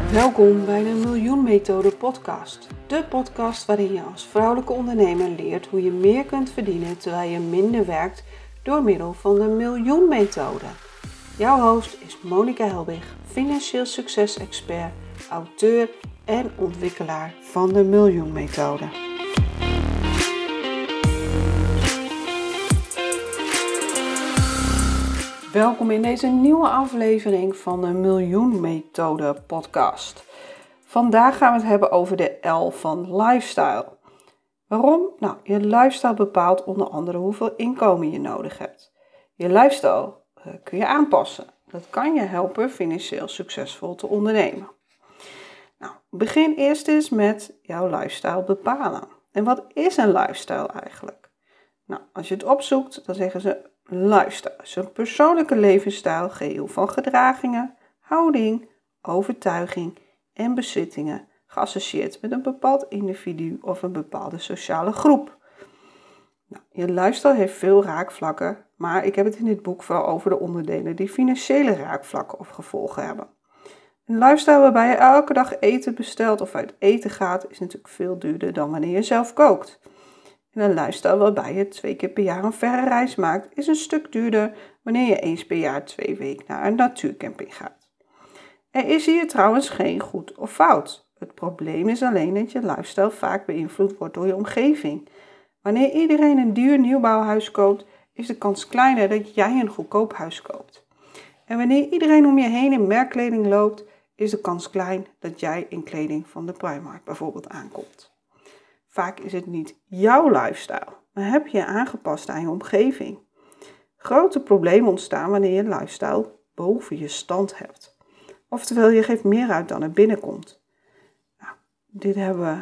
Welkom bij de Miljoen Methode podcast. De podcast waarin je als vrouwelijke ondernemer leert hoe je meer kunt verdienen terwijl je minder werkt door middel van de Miljoen Methode. Jouw host is Monika Helbig, financieel succes-expert, auteur en ontwikkelaar van de Miljoen Methode. Welkom in deze nieuwe aflevering van de Miljoen Methode podcast. Vandaag gaan we het hebben over de L van lifestyle. Waarom? Nou, je lifestyle bepaalt onder andere hoeveel inkomen je nodig hebt. Je lifestyle kun je aanpassen. Dat kan je helpen financieel succesvol te ondernemen. Nou, begin eerst eens met jouw lifestyle bepalen. En wat is een lifestyle eigenlijk? Nou, als je het opzoekt, dan zeggen ze lifestyle is een persoonlijke levensstijl geheel van gedragingen, houding, overtuiging en bezittingen geassocieerd met een bepaald individu of een bepaalde sociale groep. Nou, je lifestyle heeft veel raakvlakken, maar ik heb het in dit boek vooral over de onderdelen die financiële raakvlakken of gevolgen hebben. Een lifestyle waarbij je elke dag eten bestelt of uit eten gaat is natuurlijk veel duurder dan wanneer je zelf kookt. En een lifestyle waarbij je 2 keer per jaar een verre reis maakt is een stuk duurder wanneer je eens per jaar 2 weken naar een natuurcamping gaat. Er is hier trouwens geen goed of fout. Het probleem is alleen dat je lifestyle vaak beïnvloed wordt door je omgeving. Wanneer iedereen een duur nieuwbouwhuis koopt, is de kans kleiner dat jij een goedkoop huis koopt. En wanneer iedereen om je heen in merkkleding loopt, is de kans klein dat jij in kleding van de Primark bijvoorbeeld aankomt. Vaak is het niet jouw lifestyle, maar heb je je aangepast aan je omgeving. Grote problemen ontstaan wanneer je lifestyle boven je stand hebt. Oftewel, je geeft meer uit dan er binnenkomt. Nou,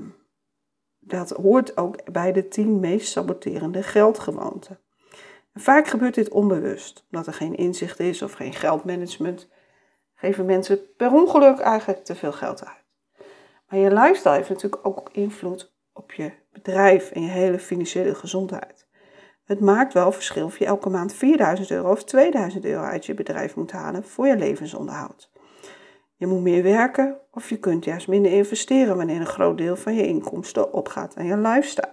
dat hoort ook bij de 10 meest saboterende geldgewoonten. En vaak gebeurt dit onbewust, omdat er geen inzicht is of geen geldmanagement. Geven mensen per ongeluk eigenlijk te veel geld uit. Maar je lifestyle heeft natuurlijk ook invloed op je bedrijf en je hele financiële gezondheid. Het maakt wel verschil of je elke maand 4.000 euro of 2.000 euro uit je bedrijf moet halen voor je levensonderhoud. Je moet meer werken of je kunt juist minder investeren wanneer een groot deel van je inkomsten opgaat aan je lifestyle.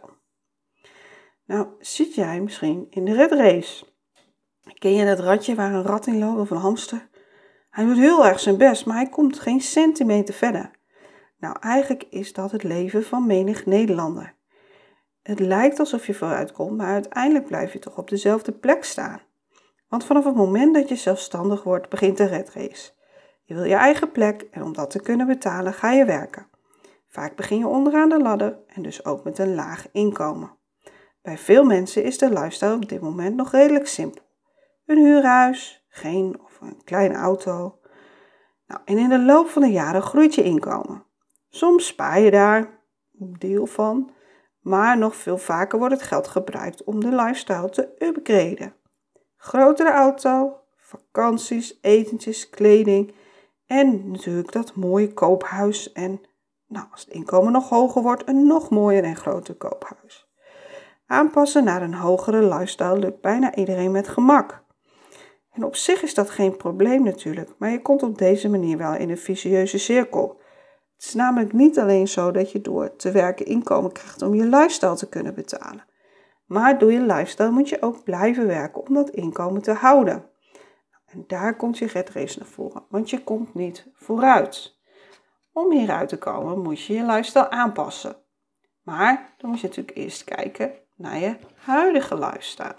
Nou, zit jij misschien in de red race? Ken je dat ratje waar een rat in loopt of een hamster? Hij doet heel erg zijn best, maar hij komt geen centimeter verder. Nou, eigenlijk is dat het leven van menig Nederlander. Het lijkt alsof je vooruit komt, maar uiteindelijk blijf je toch op dezelfde plek staan. Want vanaf het moment dat je zelfstandig wordt, begint de red race. Je wil je eigen plek en om dat te kunnen betalen ga je werken. Vaak begin je onderaan de ladder en dus ook met een laag inkomen. Bij veel mensen is de lifestyle op dit moment nog redelijk simpel. Een huurhuis, geen of een kleine auto. Nou, en in de loop van de jaren groeit je inkomen. Soms spaar je daar een deel van, maar nog veel vaker wordt het geld gebruikt om de lifestyle te upgraden. Grotere auto, vakanties, etentjes, kleding en natuurlijk dat mooie koophuis en als het inkomen nog hoger wordt, een nog mooier en groter koophuis. Aanpassen naar een hogere lifestyle lukt bijna iedereen met gemak. En op zich is dat geen probleem natuurlijk, maar je komt op deze manier wel in een vicieuze cirkel. Het is namelijk niet alleen zo dat je door te werken inkomen krijgt om je lifestyle te kunnen betalen. Maar door je lifestyle moet je ook blijven werken om dat inkomen te houden. En daar komt je red race naar voren, want je komt niet vooruit. Om hieruit te komen moet je je lifestyle aanpassen. Maar dan moet je natuurlijk eerst kijken naar je huidige lifestyle.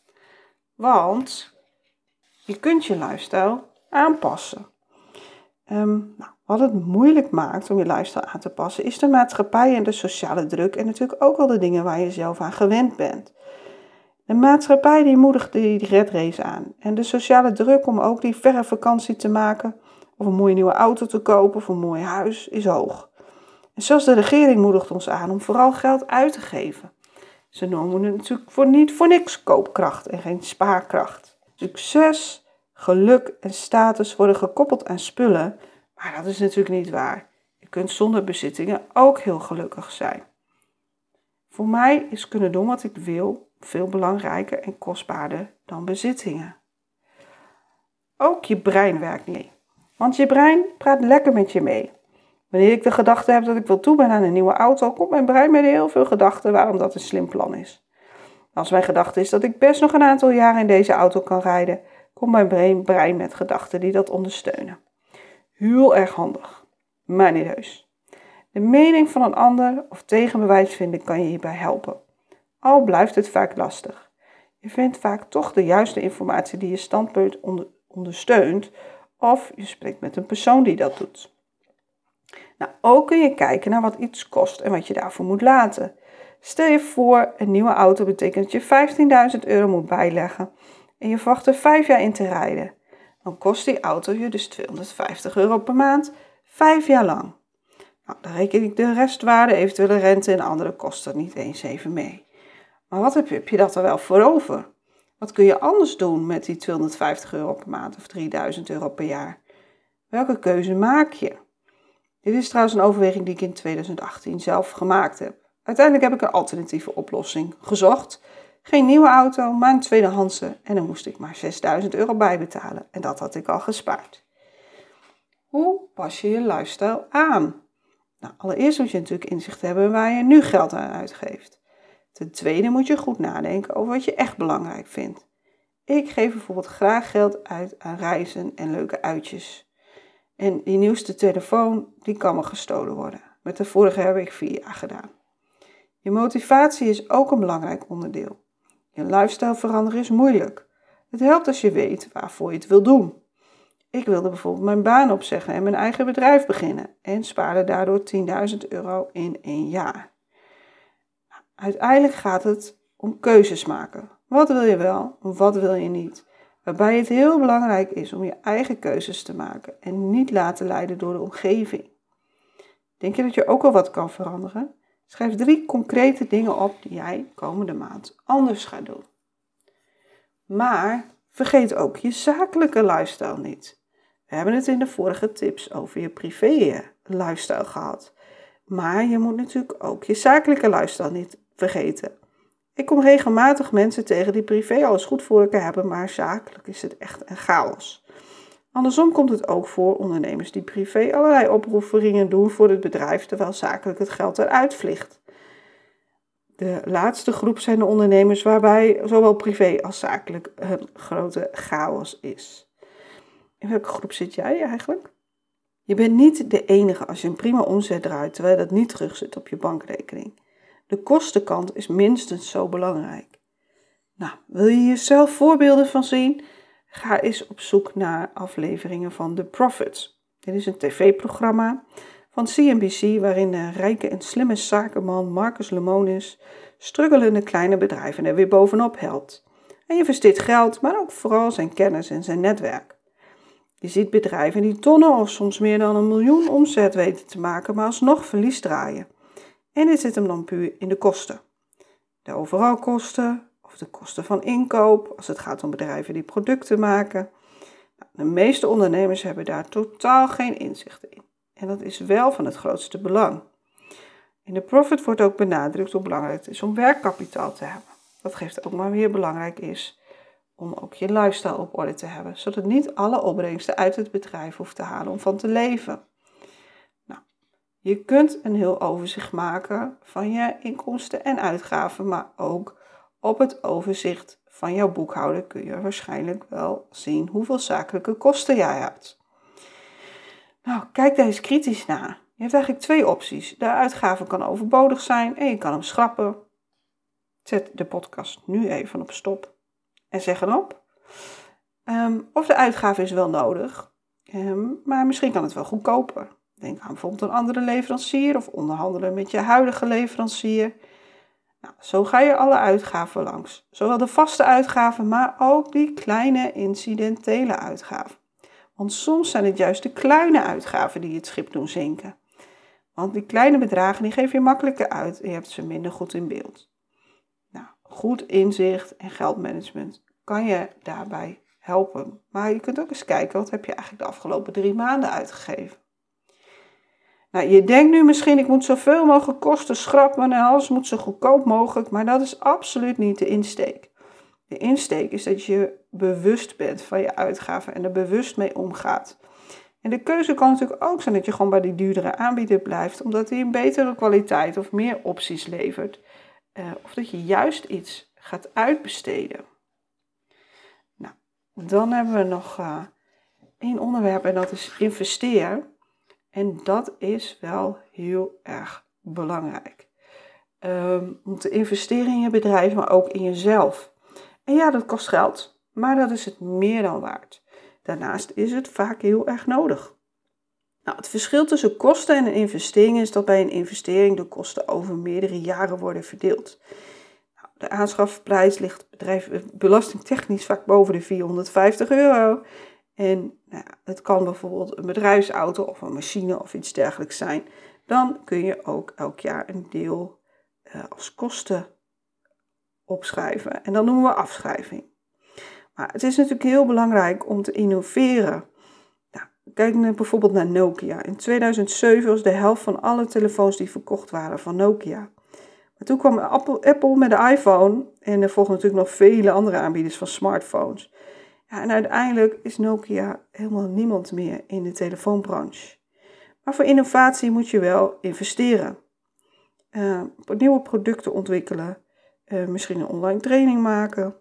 Want je kunt je lifestyle aanpassen. Wat het moeilijk maakt om je lifestyle aan te passen is de maatschappij en de sociale druk en natuurlijk ook wel de dingen waar je zelf aan gewend bent. De maatschappij die moedigt die red race aan en de sociale druk om ook die verre vakantie te maken of een mooie nieuwe auto te kopen of een mooi huis is hoog. En zelfs de regering moedigt ons aan om vooral geld uit te geven. Ze noemen het natuurlijk niet voor niks koopkracht en geen spaarkracht. Succes, geluk en status worden gekoppeld aan spullen, maar dat is natuurlijk niet waar. Je kunt zonder bezittingen ook heel gelukkig zijn. Voor mij is kunnen doen wat ik wil veel belangrijker en kostbaarder dan bezittingen. Ook je brein werkt niet. Want je brein praat lekker met je mee. Wanneer ik de gedachte heb dat ik wil toe ben aan een nieuwe auto, komt mijn brein met heel veel gedachten waarom dat een slim plan is. Als mijn gedachte is dat ik best nog een aantal jaren in deze auto kan rijden, komt mijn brein met gedachten die dat ondersteunen. Heel erg handig, maar niet heus. De mening van een ander of tegenbewijs vinden kan je hierbij helpen. Al blijft het vaak lastig. Je vindt vaak toch de juiste informatie die je standpunt ondersteunt of je spreekt met een persoon die dat doet. Nou, ook kun je kijken naar wat iets kost en wat je daarvoor moet laten. Stel je voor, een nieuwe auto betekent dat je €15.000 moet bijleggen en je verwacht er 5 jaar in te rijden. Dan kost die auto je dus €250 per maand, 5 jaar lang. Nou, dan reken ik de restwaarde, eventuele rente en andere kosten niet eens even mee. Maar wat heb je dat er wel voor over? Wat kun je anders doen met die €250 per maand of €3.000 per jaar? Welke keuze maak je? Dit is trouwens een overweging die ik in 2018 zelf gemaakt heb. Uiteindelijk heb ik een alternatieve oplossing gezocht. Geen nieuwe auto, maar een tweedehandse. En dan moest ik maar €6.000 bijbetalen. En dat had ik al gespaard. Hoe pas je je lifestyle aan? Nou, allereerst moet je natuurlijk inzicht hebben waar je nu geld aan uitgeeft. Ten tweede moet je goed nadenken over wat je echt belangrijk vindt. Ik geef bijvoorbeeld graag geld uit aan reizen en leuke uitjes. En die nieuwste telefoon, die kan me gestolen worden. Met de vorige heb ik 4 jaar gedaan. Je motivatie is ook een belangrijk onderdeel. Je lifestyle veranderen is moeilijk. Het helpt als je weet waarvoor je het wil doen. Ik wilde bijvoorbeeld mijn baan opzeggen en mijn eigen bedrijf beginnen en spaarde daardoor €10.000 in 1 jaar. Uiteindelijk gaat het om keuzes maken. Wat wil je wel en wat wil je niet? Waarbij het heel belangrijk is om je eigen keuzes te maken en niet laten leiden door de omgeving. Denk je dat je ook al wat kan veranderen? Schrijf 3 concrete dingen op die jij komende maand anders gaat doen. Maar vergeet ook je zakelijke lifestyle niet. We hebben het in de vorige tips over je privé lifestyle gehad. Maar je moet natuurlijk ook je zakelijke lifestyle niet vergeten. Ik kom regelmatig mensen tegen die privé alles goed voor elkaar hebben, maar zakelijk is het echt een chaos. Andersom komt het ook voor ondernemers die privé allerlei oproeperingen doen voor het bedrijf, terwijl zakelijk het geld eruit vliegt. De laatste groep zijn de ondernemers waarbij zowel privé als zakelijk een grote chaos is. In welke groep zit jij eigenlijk? Je bent niet de enige als je een prima omzet draait, terwijl dat niet terugzit op je bankrekening. De kostenkant is minstens zo belangrijk. Nou, wil je hier zelf voorbeelden van zien? Ga eens op zoek naar afleveringen van The Profit. Dit is een tv-programma van CNBC waarin de rijke en slimme zakenman Marcus Lemonis struggelende kleine bedrijven er weer bovenop helpt. Hij investeert geld, maar ook vooral zijn kennis en zijn netwerk. Je ziet bedrijven die tonnen of soms meer dan 1 miljoen omzet weten te maken, maar alsnog verlies draaien. En dit zit hem dan puur in de kosten. De overalkosten of de kosten van inkoop, als het gaat om bedrijven die producten maken. De meeste ondernemers hebben daar totaal geen inzicht in. En dat is wel van het grootste belang. In de Profit wordt ook benadrukt hoe belangrijk het is om werkkapitaal te hebben. Dat geeft ook maar weer belangrijk is om ook je lifestyle op orde te hebben, zodat niet alle opbrengsten uit het bedrijf hoeft te halen om van te leven. Nou, je kunt een heel overzicht maken van je inkomsten en uitgaven, maar ook op het overzicht van jouw boekhouder kun je waarschijnlijk wel zien hoeveel zakelijke kosten jij hebt. Nou, kijk daar eens kritisch naar. Je hebt eigenlijk 2 opties. De uitgave kan overbodig zijn en je kan hem schrappen. Zet de podcast nu even op stop en zeg hem op. Of de uitgave is wel nodig, maar misschien kan het wel goedkoper. Denk aan bijvoorbeeld een andere leverancier of onderhandelen met je huidige leverancier. Nou, zo ga je alle uitgaven langs. Zowel de vaste uitgaven, maar ook die kleine incidentele uitgaven. Want soms zijn het juist de kleine uitgaven die het schip doen zinken. Want die kleine bedragen die geef je makkelijker uit en je hebt ze minder goed in beeld. Nou, goed inzicht en geldmanagement kan je daarbij helpen. Maar je kunt ook eens kijken, wat heb je eigenlijk de afgelopen 3 maanden uitgegeven? Nou, je denkt nu misschien, ik moet zoveel mogelijk kosten schrappen en alles moet zo goedkoop mogelijk, maar dat is absoluut niet de insteek. De insteek is dat je bewust bent van je uitgaven en er bewust mee omgaat. En de keuze kan natuurlijk ook zijn dat je gewoon bij die duurdere aanbieder blijft, omdat hij een betere kwaliteit of meer opties levert. Of dat je juist iets gaat uitbesteden. Nou, dan hebben we nog één onderwerp en dat is investeer. En dat is wel heel erg belangrijk. Om te investeren in je bedrijf, maar ook in jezelf. En ja, dat kost geld, maar dat is het meer dan waard. Daarnaast is het vaak heel erg nodig. Nou, het verschil tussen kosten en een investering is dat bij een investering de kosten over meerdere jaren worden verdeeld. Nou, de aanschafprijs ligt bedrijf belastingtechnisch vaak boven de €450. En het kan bijvoorbeeld een bedrijfsauto of een machine of iets dergelijks zijn. Dan kun je ook elk jaar een deel als kosten opschrijven. En dat noemen we afschrijving. Maar het is natuurlijk heel belangrijk om te innoveren. Nou, kijk bijvoorbeeld naar Nokia. In 2007 was de helft van alle telefoons die verkocht waren van Nokia. Maar toen kwam Apple met de iPhone en er volgden natuurlijk nog vele andere aanbieders van smartphones. Ja, en uiteindelijk is Nokia helemaal niemand meer in de telefoonbranche. Maar voor innovatie moet je wel investeren. Nieuwe producten ontwikkelen, misschien een online training maken.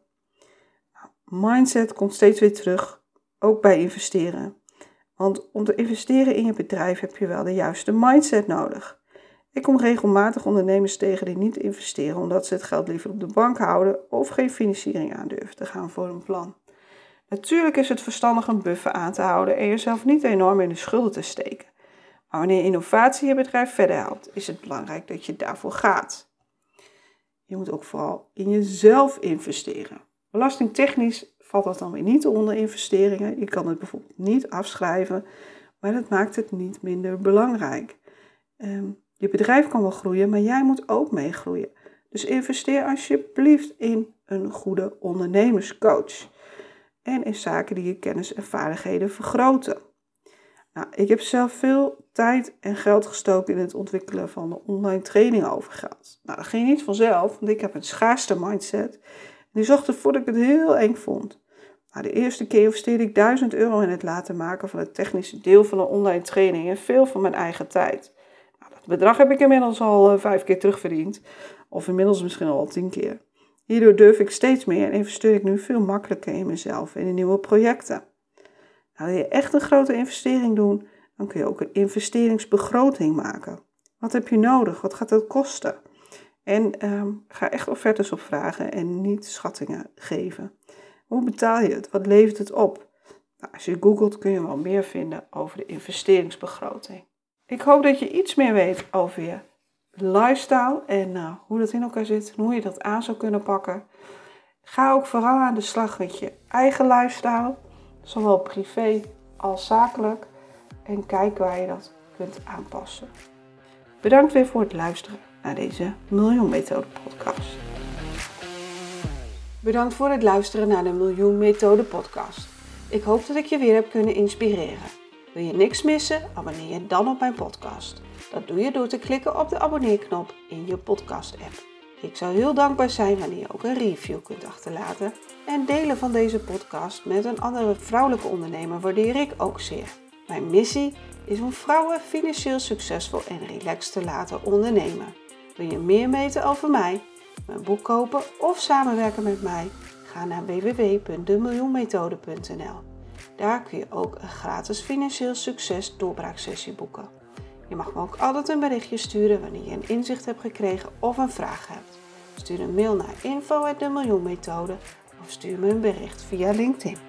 Mindset komt steeds weer terug, ook bij investeren. Want om te investeren in je bedrijf heb je wel de juiste mindset nodig. Ik kom regelmatig ondernemers tegen die niet investeren omdat ze het geld liever op de bank houden of geen financiering aandurven te gaan voor een plan. Natuurlijk is het verstandig een buffer aan te houden en jezelf niet enorm in de schulden te steken. Maar wanneer innovatie je bedrijf verder helpt, is het belangrijk dat je daarvoor gaat. Je moet ook vooral in jezelf investeren. Belastingtechnisch valt dat dan weer niet onder investeringen. Je kan het bijvoorbeeld niet afschrijven, maar dat maakt het niet minder belangrijk. Je bedrijf kan wel groeien, maar jij moet ook meegroeien. Dus investeer alsjeblieft in een goede ondernemerscoach. En in zaken die je kennis en vaardigheden vergroten. Nou, ik heb zelf veel tijd en geld gestoken in het ontwikkelen van de online training over geld. Nou, dat ging niet vanzelf, want ik heb een schaarste mindset. En die zorgde ervoor dat ik het heel eng vond. Nou, de eerste keer investeerde ik €1000 in het laten maken van het technische deel van een online training en veel van mijn eigen tijd. Nou, dat bedrag heb ik inmiddels al 5 keer terugverdiend. Of inmiddels misschien al 10 keer. Hierdoor durf ik steeds meer en investeer ik nu veel makkelijker in mezelf en in nieuwe projecten. Nou, wil je echt een grote investering doen, dan kun je ook een investeringsbegroting maken. Wat heb je nodig? Wat gaat dat kosten? En ga echt offertes opvragen en niet schattingen geven. Hoe betaal je het? Wat levert het op? Nou, als je googelt kun je wel meer vinden over de investeringsbegroting. Ik hoop dat je iets meer weet over je lifestyle en hoe dat in elkaar zit en hoe je dat aan zou kunnen pakken. Ga ook vooral aan de slag met je eigen lifestyle, zowel privé als zakelijk, en kijk waar je dat kunt aanpassen. Bedankt weer voor het luisteren naar deze Miljoen Methode podcast. Bedankt voor het luisteren naar de Miljoen Methode podcast. Ik hoop dat ik je weer heb kunnen inspireren. Wil je niks missen? Abonneer je dan op mijn podcast. Dat doe je door te klikken op de abonneerknop in je podcast-app. Ik zou heel dankbaar zijn wanneer je ook een review kunt achterlaten. En delen van deze podcast met een andere vrouwelijke ondernemer waardeer ik ook zeer. Mijn missie is om vrouwen financieel succesvol en relaxed te laten ondernemen. Wil je meer weten over mij, mijn boek kopen of samenwerken met mij? Ga naar www.demiljoenmethode.nl. Daar kun je ook een gratis financieel succes doorbraaksessie boeken. Je mag me ook altijd een berichtje sturen wanneer je een inzicht hebt gekregen of een vraag hebt. Stuur een mail naar info@demiljoenmethode of stuur me een bericht via LinkedIn.